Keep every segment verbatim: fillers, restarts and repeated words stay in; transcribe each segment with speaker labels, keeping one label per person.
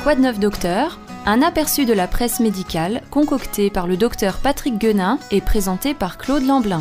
Speaker 1: Quoi de neuf docteur ? Un aperçu de la presse médicale concocté par le docteur Patrick Guenin et présenté par Claude Lamblin.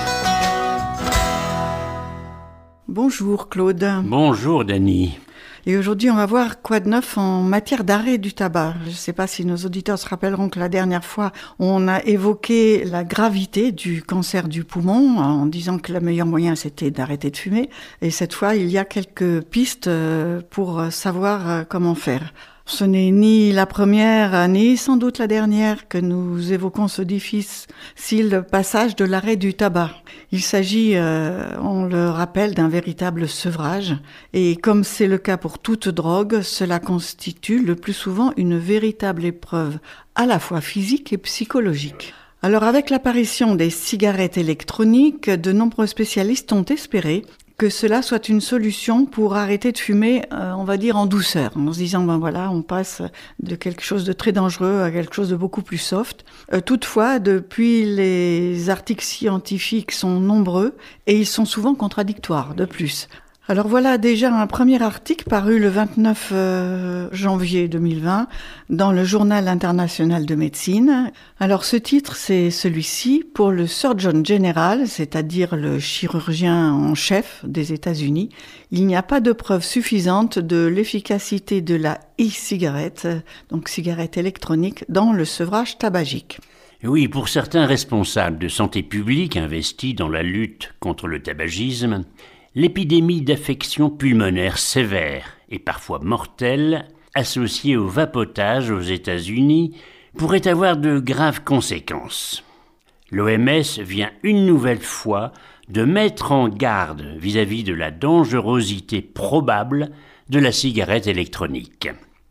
Speaker 2: Bonjour Claude.
Speaker 3: Bonjour Dany.
Speaker 2: Et aujourd'hui, on va voir quoi de neuf en matière d'arrêt du tabac. Je ne sais pas si nos auditeurs se rappelleront que la dernière fois, on a évoqué la gravité du cancer du poumon en disant que le meilleur moyen, c'était d'arrêter de fumer. Et cette fois, il y a quelques pistes pour savoir comment faire. Ce n'est ni la première, ni sans doute la dernière que nous évoquons ce difficile passage de l'arrêt du tabac. Il s'agit, euh, on le rappelle, d'un véritable sevrage. Et comme c'est le cas pour toute drogue, cela constitue le plus souvent une véritable épreuve, à la fois physique et psychologique. Alors avec l'apparition des cigarettes électroniques, de nombreux spécialistes ont espéré que cela soit une solution pour arrêter de fumer, euh, on va dire en douceur, en se disant, ben voilà, on passe de quelque chose de très dangereux à quelque chose de beaucoup plus soft. Euh, toutefois, depuis, les articles scientifiques sont nombreux et ils sont souvent contradictoires, de plus. Alors voilà déjà un premier article paru le vingt-neuf janvier deux mille vingt dans le Journal international de médecine. Alors ce titre, c'est celui-ci pour le Surgeon General, c'est-à-dire le chirurgien en chef des États-Unis. Il n'y a pas de preuve suffisante de l'efficacité de la e-cigarette, donc cigarette électronique, dans le sevrage tabagique.
Speaker 3: Oui, pour certains responsables de santé publique investis dans la lutte contre le tabagisme, l'épidémie d'affections pulmonaires sévères et parfois mortelles associée au vapotage aux États-Unis pourrait avoir de graves conséquences. L'O M S vient une nouvelle fois de mettre en garde vis-à-vis de la dangerosité probable de la cigarette électronique.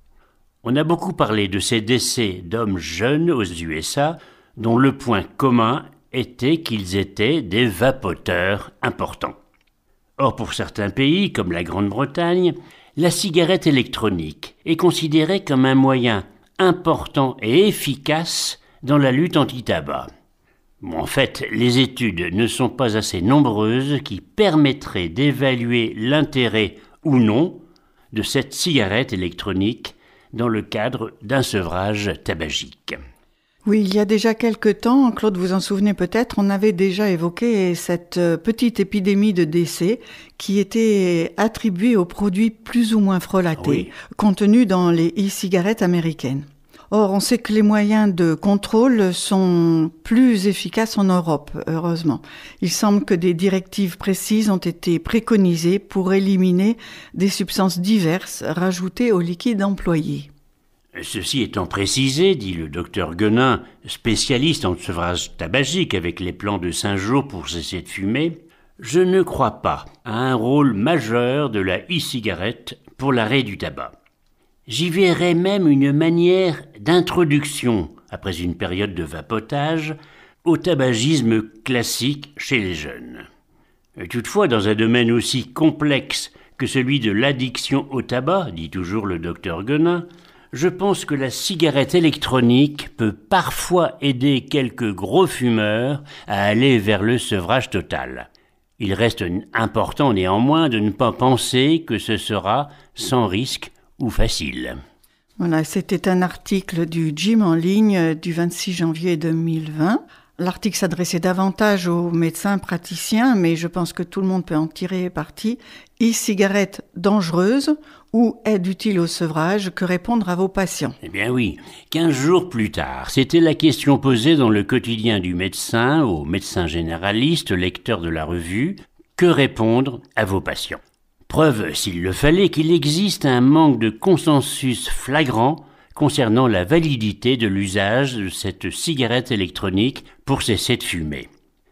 Speaker 3: On a beaucoup parlé de ces décès d'hommes jeunes aux U S A dont le point commun était qu'ils étaient des vapoteurs importants. Or, pour certains pays, comme la Grande-Bretagne, la cigarette électronique est considérée comme un moyen important et efficace dans la lutte anti-tabac. Bon, en fait, les études ne sont pas assez nombreuses qui permettraient d'évaluer l'intérêt ou non de cette cigarette électronique dans le cadre d'un sevrage tabagique.
Speaker 2: Oui, il y a déjà quelque temps, Claude, vous en souvenez peut-être, on avait déjà évoqué cette petite épidémie de décès qui était attribuée aux produits plus ou moins frelatés, oui, contenus dans les e-cigarettes américaines. Or, on sait que les moyens de contrôle sont plus efficaces en Europe, heureusement. Il semble que des directives précises ont été préconisées pour éliminer des substances diverses rajoutées aux liquides employés.
Speaker 3: Ceci étant précisé, dit le docteur Guenin, spécialiste en sevrage tabagique avec les plans de cinq jours pour cesser de fumer, je ne crois pas à un rôle majeur de la e-cigarette pour l'arrêt du tabac. J'y verrais même une manière d'introduction, après une période de vapotage, au tabagisme classique chez les jeunes. Toutefois, dans un domaine aussi complexe que celui de l'addiction au tabac, dit toujours le docteur Guenin, je pense que la cigarette électronique peut parfois aider quelques gros fumeurs à aller vers le sevrage total. Il reste important néanmoins de ne pas penser que ce sera sans risque ou facile.
Speaker 2: Voilà, c'était un article du J I M en ligne du vingt-six janvier deux mille vingt. L'article s'adressait davantage aux médecins praticiens, mais je pense que tout le monde peut en tirer parti. E-cigarette dangereuse ou aide utile au sevrage, que répondre à vos patients?
Speaker 3: Eh bien oui, quinze jours plus tard, c'était la question posée dans le quotidien du médecin au médecin généraliste, lecteur de la revue. Que répondre à vos patients? Preuve, s'il le fallait, qu'il existe un manque de consensus flagrant concernant la validité de l'usage de cette cigarette électronique pour cesser de fumer.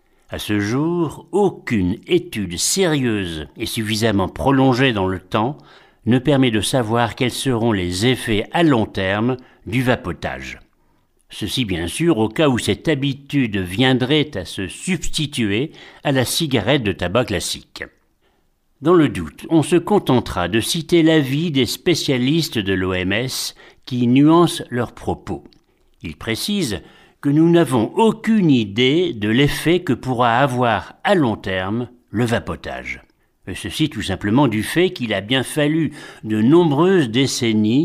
Speaker 3: À ce jour, aucune étude sérieuse et suffisamment prolongée dans le temps ne permet de savoir quels seront les effets à long terme du vapotage. Ceci bien sûr au cas où cette habitude viendrait à se substituer à la cigarette de tabac classique. Dans le doute, on se contentera de citer l'avis des spécialistes de l'O M S qui nuancent leurs propos. Ils précisent que nous n'avons aucune idée de l'effet que pourra avoir à long terme le vapotage. Ceci tout simplement du fait qu'il a bien fallu de nombreuses décennies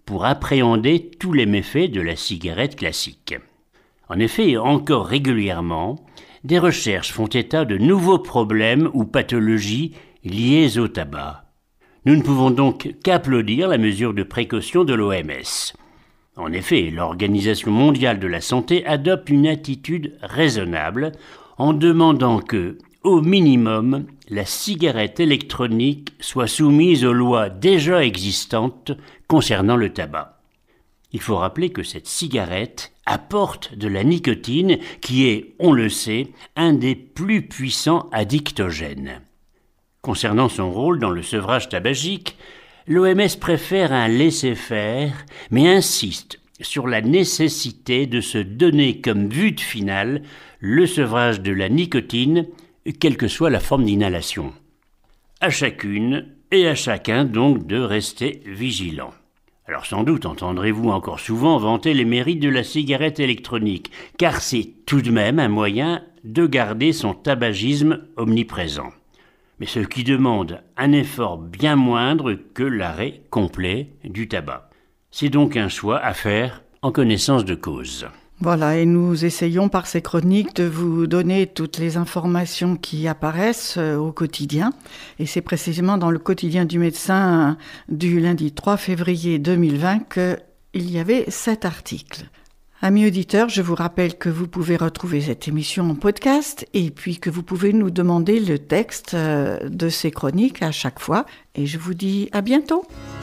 Speaker 3: pour appréhender tous les méfaits de la cigarette classique. En effet, encore régulièrement, des recherches font état de nouveaux problèmes ou pathologies liées au tabac. Nous ne pouvons donc qu'applaudir la mesure de précaution de l'O M S. En effet, l'Organisation mondiale de la santé adopte une attitude raisonnable en demandant que, au minimum, la cigarette électronique soit soumise aux lois déjà existantes concernant le tabac. Il faut rappeler que cette cigarette apporte de la nicotine qui est, on le sait, un des plus puissants addictogènes. Concernant son rôle dans le sevrage tabagique, l'O M S préfère un laisser-faire, mais insiste sur la nécessité de se donner comme but final le sevrage de la nicotine, quelle que soit la forme d'inhalation. À chacune et à chacun donc de rester vigilant. Alors sans doute entendrez-vous encore souvent vanter les mérites de la cigarette électronique, car c'est tout de même un moyen de garder son tabagisme omniprésent. Mais ce qui demande un effort bien moindre que l'arrêt complet du tabac. C'est donc un choix à faire en connaissance de cause.
Speaker 2: Voilà, et nous essayons par ces chroniques de vous donner toutes les informations qui apparaissent au quotidien. Et c'est précisément dans le quotidien du médecin du lundi trois février deux mille vingt qu'il y avait cet article. Amis auditeurs, je vous rappelle que vous pouvez retrouver cette émission en podcast et puis que vous pouvez nous demander le texte de ces chroniques à chaque fois. Et je vous dis à bientôt.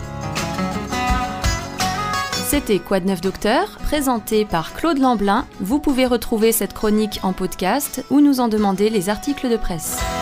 Speaker 1: C'était Quoi de neuf docteur, présenté par Claude Lamblin. Vous pouvez retrouver cette chronique en podcast ou nous en demander les articles de presse.